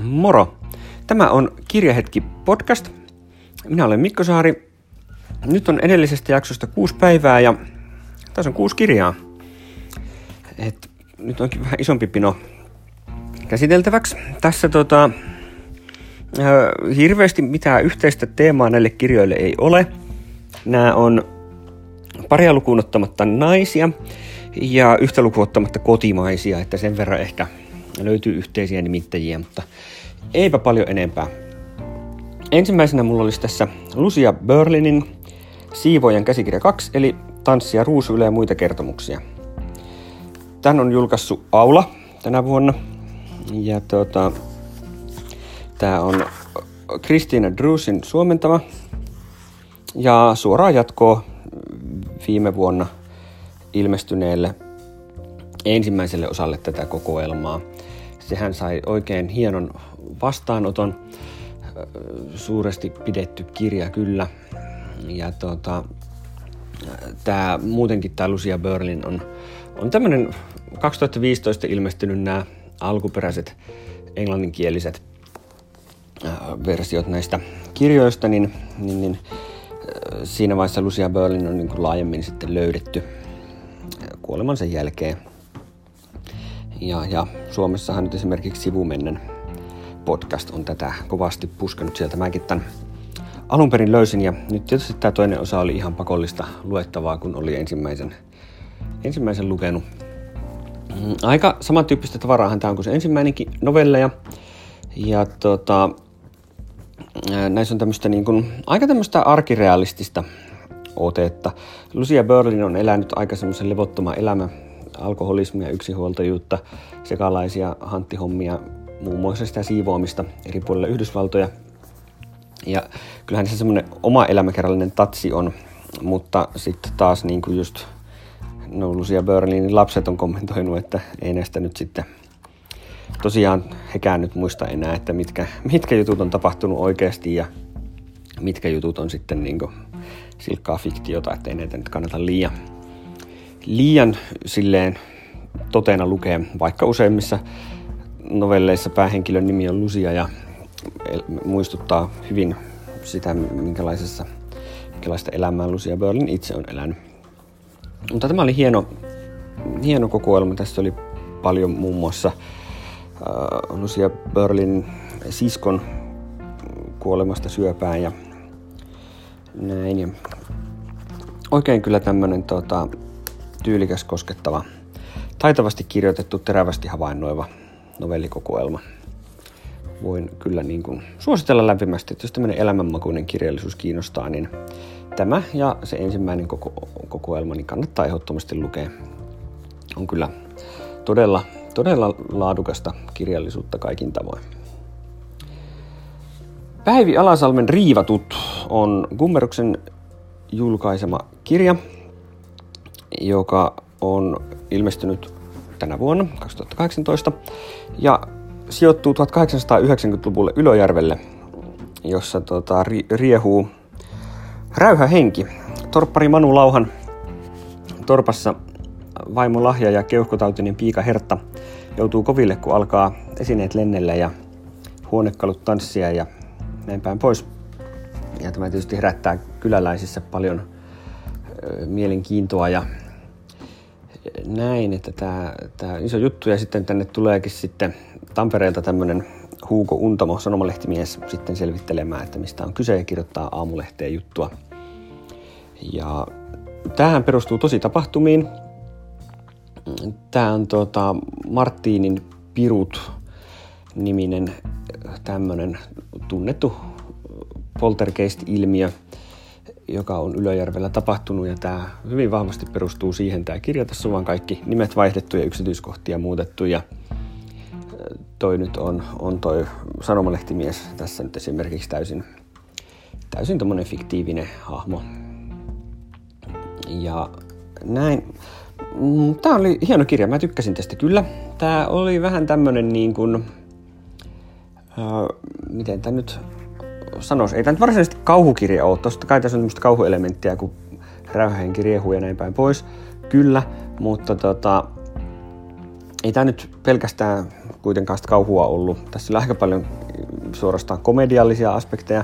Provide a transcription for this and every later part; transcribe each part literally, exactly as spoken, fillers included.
Moro! Tämä on Kirjahetki podcast. Minä olen Mikko Saari. Nyt on edellisestä jaksosta kuusi päivää ja tässä on kuusi kirjaa. Et nyt onkin vähän isompi pino käsiteltäväksi. Tässä tota, äh, hirveästi mitään yhteistä teemaa näille kirjoille ei ole. Nämä on paria lukuun ottamatta naisia ja yhtä lukuun ottamatta kotimaisia, että sen verran ehkä löytyy yhteisiä nimittäjiä, mutta eipä paljon enempää. Ensimmäisenä mulla olisi tässä Lucia Berlinin Siivoojan käsikirja kaksi, eli Tanssia ruusuille ja muita kertomuksia. Tän on julkaissut Aula tänä vuonna. Ja tota, tää on Kristiina Druusin suomentama. Ja suoraan jatkoa viime vuonna ilmestyneelle ensimmäiselle osalle tätä kokoelmaa. Sehän sai oikein hienon vastaanoton. Suuresti pidetty kirja kyllä. Ja tota, tää, muutenkin tämä Lucia Berlin on, on tämmönen kaksituhattaviisitoista ilmestynyt nämä alkuperäiset englanninkieliset äh, versiot näistä kirjoista, niin, niin, niin äh, siinä vaiheessa Lucia Berlin on niin kuin laajemmin sitten löydetty kuolemansa jälkeen. Ja, ja Suomessahan nyt esimerkiksi Sivumennen podcast on tätä kovasti puskanut sieltä. Mäkin tämän alun perin löysin ja nyt tietysti tämä toinen osa oli ihan pakollista luettavaa, kun oli ensimmäisen, ensimmäisen lukenut. Aika samantyyppistä tavaraahan tämä on kuin se ensimmäinenkin novelleja. Ja tota, näissä on tämmöistä niin kuin, aika tämmöistä arkirealistista otetta. Lucia Berlin on elänyt aika semmoisen levottoman elämän, alkoholismia, yksinhuoltajuutta, sekalaisia hanttihommia, muun muassa sitä siivoamista eri puolilla Yhdysvaltoja. Ja kyllähän se semmoinen oma elämäkerrallinen tatsi on, mutta sitten taas niin kuin just no Lucia Berlinin lapset on kommentoinut, että ei näistä nyt sitten tosiaan hekään nyt muista enää, että mitkä, mitkä jutut on tapahtunut oikeasti ja mitkä jutut on sitten niin kuin silkkaa fiktiota, että ei näitä nyt kannata liian, liian silleen totena lukea, vaikka useimmissa novelleissa päähenkilön nimi on Lucia ja muistuttaa hyvin sitä, minkälaisessa, minkälaista elämää Lucia Berlin itse on elänyt. Mutta tämä oli hieno, hieno kokoelma. Tässä oli paljon muun muassa äh, Lucia Berlinin siskon kuolemasta syöpään ja näin. Ja oikein kyllä tämmöinen tota, tyylikäs, koskettava, taitavasti kirjoitettu, terävästi havainnoiva novellikokoelma. Voin kyllä niin kuin suositella lämpimästi, että jos tämmöinen elämänmakuinen kirjallisuus kiinnostaa, niin tämä ja se ensimmäinen koko, kokoelma niin kannattaa ehdottomasti lukea. On kyllä todella, todella laadukasta kirjallisuutta kaikin tavoin. Päivi Alasalmen Riivatut on Gummeruksen julkaisema kirja, joka on ilmestynyt tänä vuonna kaksituhattakahdeksantoista ja sijoittuu tuhatkahdeksansataayhdeksänkymmentäluvulle Ylöjärvelle, jossa tota, ri, riehuu räyhä henki. Torppari Manu Lauhan torpassa vaimo Lahja ja keuhkotautinen piika Hertta joutuu koville, kun alkaa esineet lennellä ja huonekalut tanssia ja näin päin pois. Ja tämä tietysti herättää kyläläisissä paljon ö, mielenkiintoa ja näin, että tämä, tämä iso juttu. Ja sitten tänne tuleekin sitten Tampereelta tämmöinen Hugo Untamo, sanomalehtimies, sitten selvittelemään, että mistä on kyse ja kirjoittaa Aamulehteen juttua. Ja tämähän perustuu tosi tapahtumiin. Tämä on tuota Martinin Pirut-niminen tämmöinen tunnettu poltergeist-ilmiö, joka on Ylöjärvellä tapahtunut, ja tämä hyvin vahvasti perustuu siihen tämä kirja. Tässä on vaan kaikki nimet vaihdettu ja yksityiskohtia muutettu, ja toi nyt on, on toi sanomalehtimies tässä nyt esimerkiksi täysin, täysin tommonen fiktiivinen hahmo. Ja näin. Tää oli hieno kirja, mä tykkäsin tästä kyllä. Tää oli vähän tämmönen niin kuin, äh, miten tää nyt sanoisi, ei tää nyt varsinaisesti kauhukirja ole. Tosta kai tässä on tämmöistä kauhuelementtiä, kun räyhähenki riehuu ja näin päin pois. Kyllä, mutta tota, ei tää nyt pelkästään kuitenkaan sitä kauhua ollut. Tässä on aika paljon suorastaan komediallisia aspekteja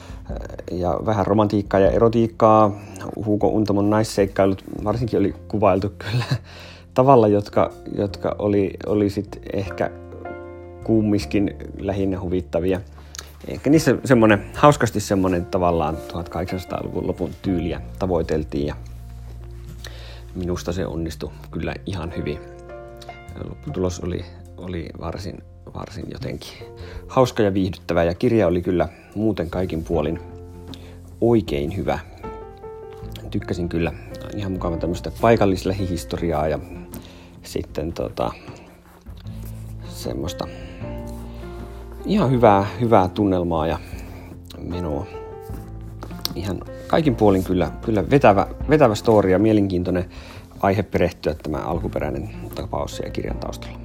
ja vähän romantiikkaa ja erotiikkaa. Hugo Untamon naisseikkailut varsinkin oli kuvailtu kyllä tavalla, jotka, jotka oli, oli sit ehkä kummiskin lähinnä huvittavia. Ehkä niissä semmoinen, hauskasti semmoinen tavallaan tuhatkahdeksansataaluvun lopun tyyliä tavoiteltiin ja minusta se onnistui kyllä ihan hyvin. Lopputulos oli, oli varsin, varsin jotenkin hauska ja viihdyttävä ja kirja oli kyllä muuten kaikin puolin oikein hyvä. Tykkäsin kyllä ihan mukava tämmöistä paikallislähihistoriaa ja sitten tota, semmoista ihan hyvää, hyvää tunnelmaa ja menoa. Ihan kaikin puolin kyllä, kyllä vetävä, vetävä story ja mielenkiintoinen aihe perehtyä tämä alkuperäinen tapaus siellä kirjan taustalla.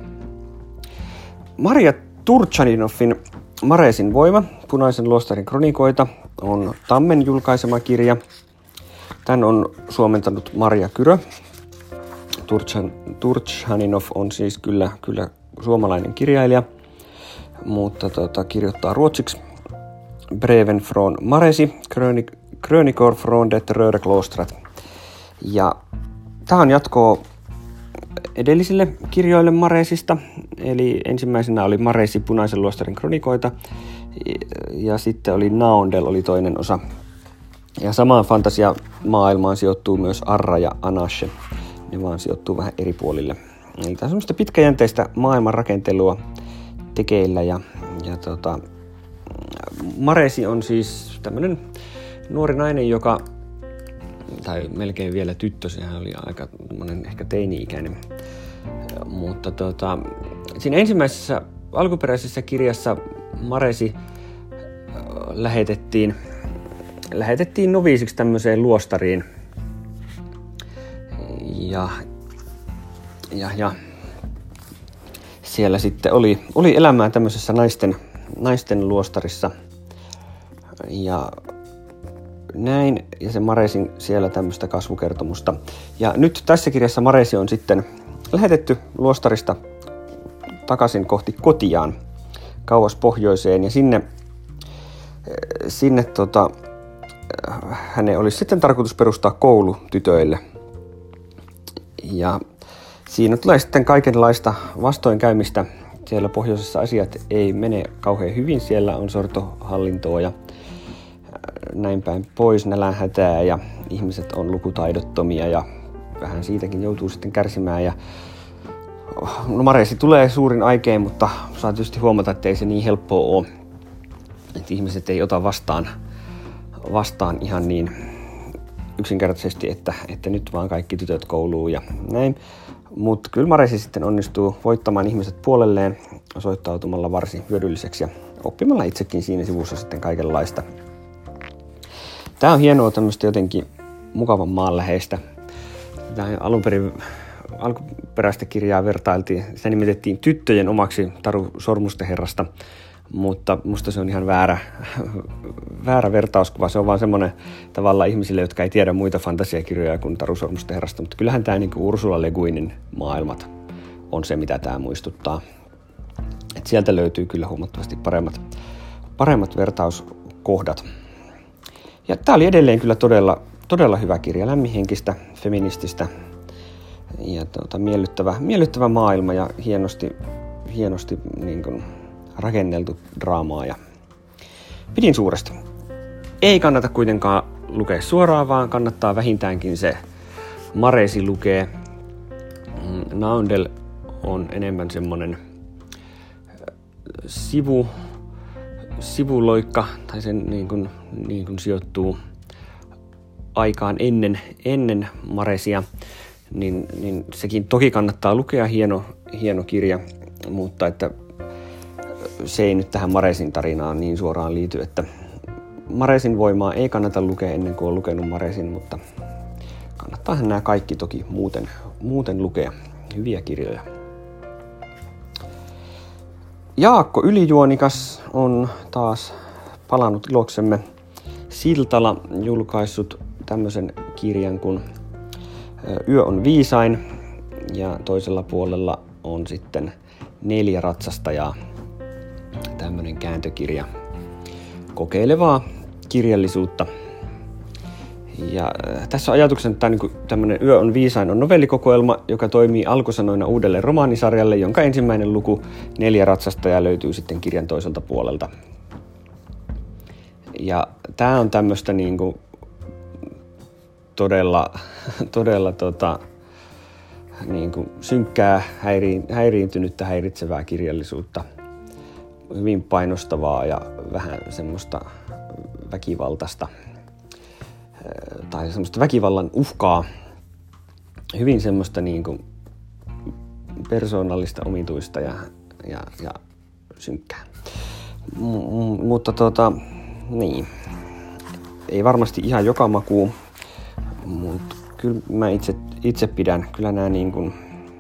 Maria Turchaninovin Maresin voima, Punaisen luostarin kronikoita, on Tammen julkaisema kirja. Tän on suomentanut Marja Kyrö. Turchan, Turchaninov on siis kyllä, kyllä suomalainen kirjailija, mutta tota, kirjoittaa ruotsiksi. Breven från Maresi, krönikor från det röda klostret. Ja tämä on jatkoa edellisille kirjoille Maresista, eli ensimmäisenä oli Maresi Punaisen luostarin kronikoita, ja sitten oli Naondel oli toinen osa. Ja samaan fantasiamaailmaan sijoittuu myös Arra ja Anashe, ne vaan sijoittuu vähän eri puolille. Eli tämä on semmoista pitkäjänteistä maailmanrakentelua tekeillä, ja, ja tota, Maresi on siis tämmöinen nuori nainen, joka, tai melkein vielä tyttö, sehän oli aika ehkä teini-ikäinen, mutta tota, siinä ensimmäisessä alkuperäisessä kirjassa Maresi lähetettiin, lähetettiin noviisiksi tämmöiseen luostariin ja, ja, ja siellä sitten oli, oli elämää tämmöisessä naisten, naisten luostarissa ja näin, ja se Maresin siellä tämmöistä kasvukertomusta. Ja nyt tässä kirjassa Maresi on sitten lähetetty luostarista takaisin kohti kotiaan, kauas pohjoiseen, ja sinne, sinne tota, hänen olisi sitten tarkoitus perustaa koulu tytöille. Ja siinä tulee sitten kaikenlaista vastoinkäymistä. Siellä pohjoisessa asiat ei mene kauhean hyvin, siellä on sortohallintoa ja näin päin pois, nälänhätää ja ihmiset on lukutaidottomia ja vähän siitäkin joutuu sitten kärsimään. Ja no Maresi tulee suurin aikeen, mutta saa tietysti huomata, että ei se niin helppoa ole. Että ihmiset ei ota vastaan, vastaan ihan niin yksinkertaisesti, että, että nyt vaan kaikki tytöt kouluun ja näin. Mutta kyllä Maresi sitten onnistuu voittamaan ihmiset puolelleen osoittautumalla varsin hyödylliseksi ja oppimalla itsekin siinä sivussa sitten kaikenlaista. Tämä on hienoa tämmöistä jotenkin mukavan maanläheistä. Tämä alun perin alkuperäistä kirjaa vertailtiin, sitä nimitettiin tyttöjen omaksi Taru Sormustenherrasta, mutta musta se on ihan väärä, väärä vertauskuva. Se on vaan semmoinen tavallaan ihmisille, jotka ei tiedä muita fantasiakirjoja kuin Taru Sormustenherrasta, mutta kyllähän tämä niin kuin Ursula Le Guinin maailmat on se, mitä tämä muistuttaa. Et sieltä löytyy kyllä huomattavasti paremmat, paremmat vertauskohdat. Ja tämä oli edelleen kyllä todella, todella hyvä kirja, lämminhenkistä, feminististä ja tuota, miellyttävä, miellyttävä maailma ja hienosti, hienosti niin kuin rakenneltu draamaa. Ja pidin suuresti. Ei kannata kuitenkaan lukea suoraan, vaan kannattaa vähintäänkin se Maresi lukee. Naondel on enemmän semmoinen sivu, sivuloikka, tai sen niin kuin, niin kuin sijoittuu aikaan ennen, ennen Maresia, niin, niin sekin toki kannattaa lukea, hieno, hieno kirja, mutta että se ei nyt tähän Maresin tarinaan niin suoraan liity, että Maresin voimaa ei kannata lukea ennen kuin on lukenut Maresin, mutta kannattaahan nämä kaikki toki muuten, muuten lukea. Hyviä kirjoja. Jaakko Ylijuonikas on taas palannut iloksemme. Siltala julkaissut tämmöisen kirjan kuin Yö on viisain, ja toisella puolella on sitten Neljä ratsastajaa, tämmöinen kääntökirja, kokeilevaa kirjallisuutta. Ja tässä on ajatuksena, että tämä niin tämmöinen Yö on viisain on novellikokoelma, joka toimii alkusanoina uudelle romaanisarjalle, jonka ensimmäinen luku Neljä ratsastajaa löytyy sitten kirjan toiselta puolelta. Ja tämä on tämmöistä niin kuin todella, todella tota, niin kuin synkkää, häiriin, häiriintynyttä, häiritsevää kirjallisuutta. Hyvin painostavaa ja vähän semmoista väkivaltaista tai semmoista väkivallan uhkaa. Hyvin semmoista niin kuin persoonallista, omituista ja, ja, ja synkkää. M- mutta tota, niin. Ei varmasti ihan joka makuun, mutta kyllä mä itse, itse pidän. Kyllä nämä niin kuin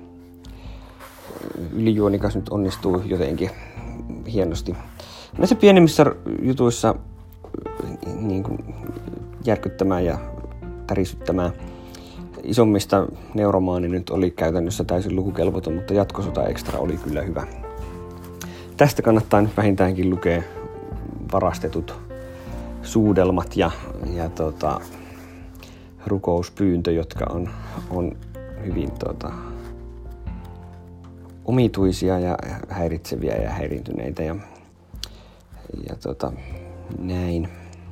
ylijuonikas nyt onnistuu jotenkin hienosti. Näissä pienemmissä jutuissa niin kuin järkyttämään ja tärisyttämään. Isommista neuromaani nyt oli käytännössä täysin lukukelvoton, mutta Jatkosota Extra oli kyllä hyvä. Tästä kannattaa nyt vähintäänkin lukea varastetut suudelmat ja, ja tota, rukouspyyntö, jotka on, on hyvin tota, omituisia ja häiritseviä ja häiriintyneitä ja, ja tota, näin.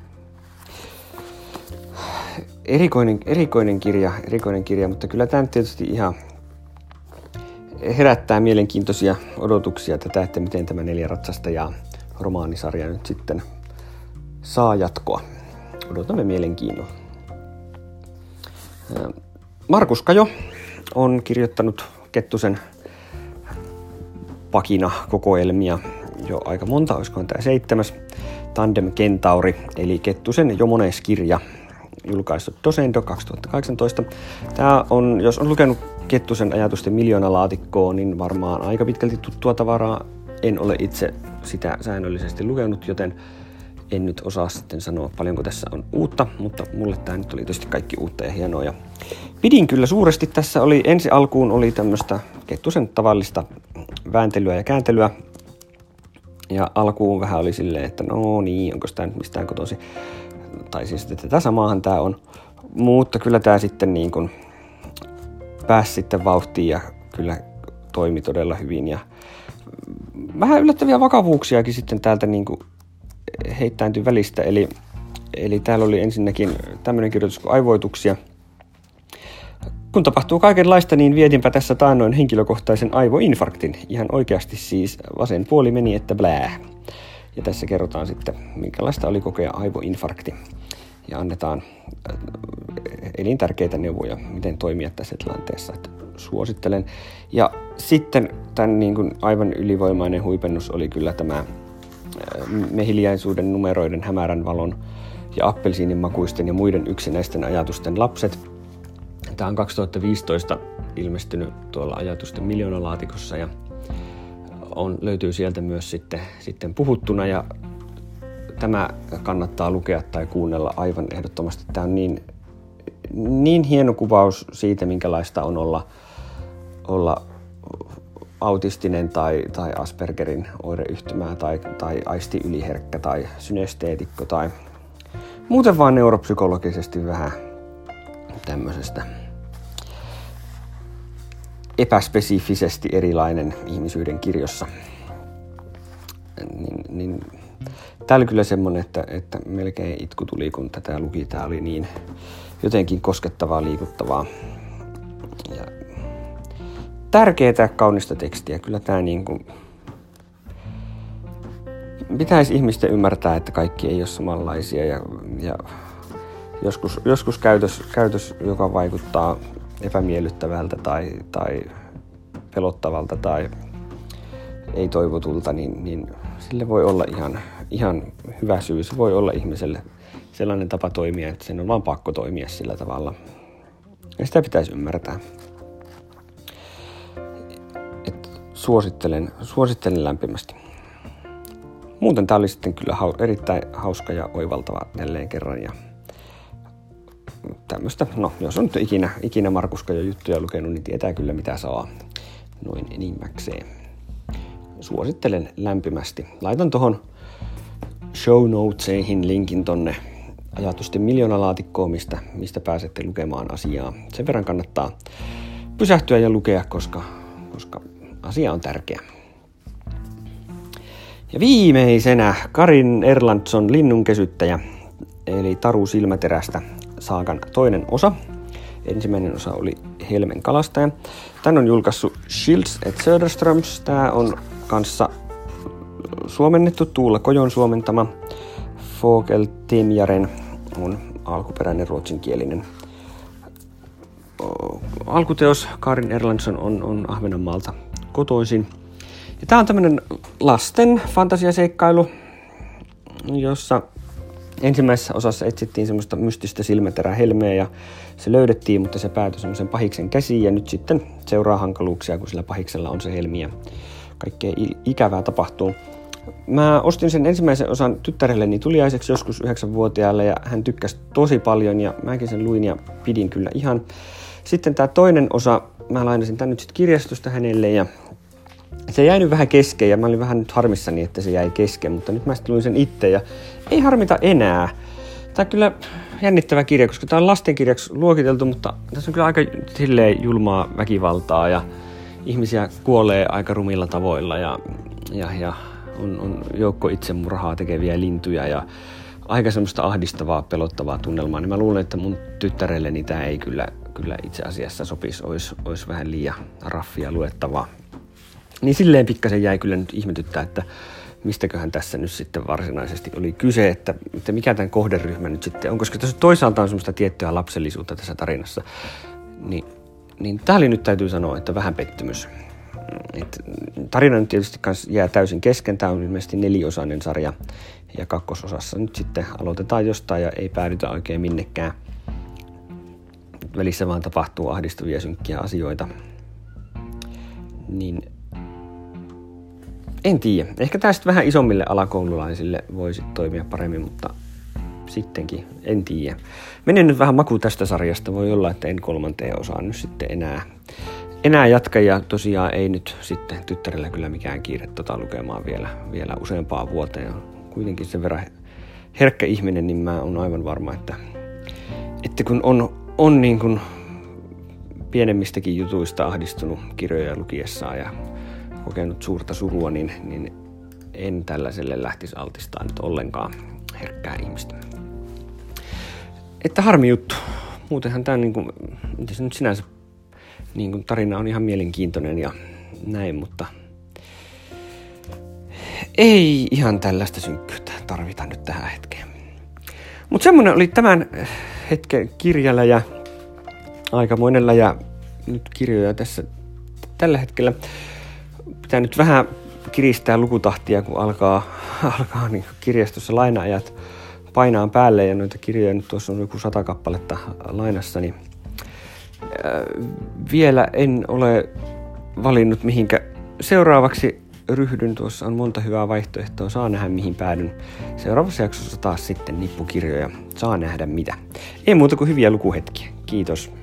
Erikoinen, erikoinen, kirja, erikoinen kirja, mutta kyllä tämä tietysti ihan herättää mielenkiintoisia odotuksia tätä, että miten tämä Neljä ratsastajaa romaanisarja nyt sitten saa jatkoa. Odotamme mielenkiinnolla. Markus Kajo on kirjoittanut Kettusen pakina-kokoelmia jo aika monta, olisikohan tämä seitsemäs. Tandem Kentauri, eli Kettusen jo mones kirja, julkaissut Tosendo kaksituhattakahdeksantoista. Tämä on, jos on lukenut Kettusen ajatusten miljoonalaatikkoa, niin varmaan aika pitkälti tuttua tavaraa. En ole itse sitä säännöllisesti lukenut, joten en nyt osaa sitten sanoa paljonko tässä on uutta, mutta mulle tämä nyt oli tietysti kaikki uutta ja hienoa. Ja pidin kyllä suuresti. Tässä oli ensi alkuun oli tämmöistä Kettusen tavallista vääntelyä ja kääntelyä. Ja alkuun vähän oli silleen, että no niin, onko tämä nyt mistään kotoisin. Tai siis, että tätä samaahan tämä on. Mutta kyllä tämä sitten niin kuin pääsi sitten vauhtiin ja kyllä toimi todella hyvin. Ja vähän yllättäviä vakavuuksiakin sitten täältä niin kuin heittäytyi välistä. Eli, eli täällä oli ensinnäkin tämmöinen kirjoitus kuin aivoituksia. Kun tapahtuu kaikenlaista, niin vietinpä tässä taannoin henkilökohtaisen aivoinfarktin. Ihan oikeasti siis vasen puoli meni, että blää. Ja tässä kerrotaan sitten, minkälaista oli kokea aivoinfarkti. Ja annetaan elintärkeitä neuvoja, miten toimia tässä tilanteessa. Että suosittelen. Ja sitten tämän niin kuin aivan ylivoimainen huipennus oli kyllä tämä mehiliäisuuden numeroiden, hämärän valon ja appelsiinin makuisten ja muiden yksinäisten ajatusten lapset. Tämä on kaksituhattaviisitoista ilmestynyt tuolla ajatusten miljoonalaatikossa ja on, löytyy sieltä myös sitten, sitten puhuttuna ja tämä kannattaa lukea tai kuunnella aivan ehdottomasti. Tämä on niin, niin hieno kuvaus siitä, minkälaista on olla, olla autistinen tai, tai Aspergerin oireyhtymää tai, tai aistiyliherkkä tai synesteetikko tai muuten vaan neuropsykologisesti vähän tämmöisestä epäspesifisesti erilainen ihmisyyden kirjossa. Niin, niin, tämä oli kyllä semmoinen, että, että melkein itku tuli, kun tätä luki. Tämä oli niin jotenkin koskettavaa, liikuttavaa ja tärkeää, kaunista tekstiä. Kyllä tämä niin kuin pitäisi ihmisten ymmärtää, että kaikki ei ole samanlaisia ja, ja joskus, joskus käytös, käytös, joka vaikuttaa epämiellyttävältä tai, tai pelottavalta tai ei toivotulta, niin, niin sille voi olla ihan, ihan hyvä syy. Se voi olla ihmiselle sellainen tapa toimia, että sen on vaan pakko toimia sillä tavalla. Ja sitä pitäisi ymmärtää. Et suosittelen, suosittelen lämpimästi. Muuten tämä oli sitten kyllä erittäin hauska ja oivaltava jälleen kerran. Ja tämmöistä, no jos on nyt ikinä, ikinä Markus Kajon juttuja lukenut, niin tietää kyllä mitä saa. noin enimmäkseen. Suosittelen lämpimästi. Laitan tuohon show notesihin linkin tonne ajatusten miljoonalaatikkoon, mistä, mistä pääsette lukemaan asiaa. Sen verran kannattaa pysähtyä ja lukea, koska, koska asia on tärkeä. Ja viimeisenä Karin Erlandsson Linnunkesyttäjä, eli Taru Silmäterästä saagan toinen osa. Ensimmäinen osa oli Helmen kalastaja. Tän on julkaissut Shields et Söderströms. Tää on kanssa suomennettu Tuula Kojon suomentama. Fågeltimjaren on alkuperäinen ruotsinkielinen alkuteos. Karin Erlandsson on, on Ahvenanmaalta kotoisin. Ja tää on tämmönen lasten fantasiaseikkailu, jossa ensimmäisessä osassa etsittiin semmoista mystistä silmäterää Helmeä ja se löydettiin, mutta se päätyi semmoisen pahiksen käsiin ja nyt sitten seuraa hankaluuksia, kun sillä pahiksella on se Helmi ja kaikkea ikävää tapahtuu. Mä ostin sen ensimmäisen osan tyttärelleni tuliaiseksi joskus yhdeksänvuotiaalle ja hän tykkäsi tosi paljon ja mäkin sen luin ja pidin kyllä ihan. Sitten tää toinen osa, mä lainasin tän nyt sit kirjastosta hänelle ja se jäi nyt vähän kesken ja mä olin vähän nyt harmissani, että se jäi kesken, mutta nyt mä sitten luin sen itse ja ei harmita enää. Tää on kyllä jännittävä kirja, koska tää on lastenkirjaksi luokiteltu, mutta tässä on kyllä aika silleen julmaa väkivaltaa ja ihmisiä kuolee aika rumilla tavoilla ja, ja, ja on, on joukko itsemurhaa tekeviä lintuja ja aika semmoista ahdistavaa, pelottavaa tunnelmaa. Niin mä luulen, että mun tyttärelleni tää ei kyllä, kyllä itse asiassa sopisi, olisi, olisi vähän liian raffia luettavaa. Niin silleen pikkasen jäi kyllä nyt ihmetyttää, että mistäköhän tässä nyt sitten varsinaisesti oli kyse, että, että mikä tämän kohderyhmä nyt sitten on, koska tässä toisaalta on semmoista tiettyä lapsellisuutta tässä tarinassa, niin, niin tää oli nyt täytyy sanoa, että vähän pettymys. Et tarina nyt tietysti kans jää täysin kesken, tää on ilmeisesti neliosainen sarja ja kakkososassa nyt sitten aloitetaan jostain ja ei päädytä oikein minnekään. Välissä vaan tapahtuu ahdistavia synkkiä asioita. Niin en tiedä. Ehkä tästä vähän isommille alakoululaisille voisi toimia paremmin, mutta sittenkin en tiedä. Menen nyt vähän maku tästä sarjasta. Voi olla, että en kolmanteen osaan nyt sitten enää, enää jatka. Ja tosiaan ei nyt sitten tyttärellä kyllä mikään kiire tota lukemaan vielä, vielä useampaan vuoteen. Kuitenkin sen verran herkkä ihminen, niin mä oon aivan varma, että, että kun on, on niin kuin pienemmistäkin jutuista ahdistunut kirjoja lukiessaan ja kokenut suurta surua, niin, niin en tällaiselle lähtisi altistaa nyt ollenkaan herkkää ihmistä. Että harmi juttu. Muutenhan tämä niin kuin, se nyt sinänsä niin kuin tarina on ihan mielenkiintoinen ja näin, mutta ei ihan tällaista synkkyyttä tarvita nyt tähän hetkeen. Mutta semmoinen oli tämän hetken kirjalla ja aikamoinen läjä nyt kirjoja tässä tällä hetkellä. Pitää nyt vähän kiristää lukutahtia, kun alkaa, alkaa niin kirjastossa laina-ajat painaan päälle ja noita kirjoja nyt tuossa on joku sata kappaletta lainassa, niin äh, vielä en ole valinnut mihinkä seuraavaksi ryhdyn. Tuossa on monta hyvää vaihtoehtoa, saa nähdä mihin päädyn. Seuraavassa jaksossa taas sitten nippukirjoja, saa nähdä mitä. Ei muuta kuin hyviä lukuhetkiä. Kiitos.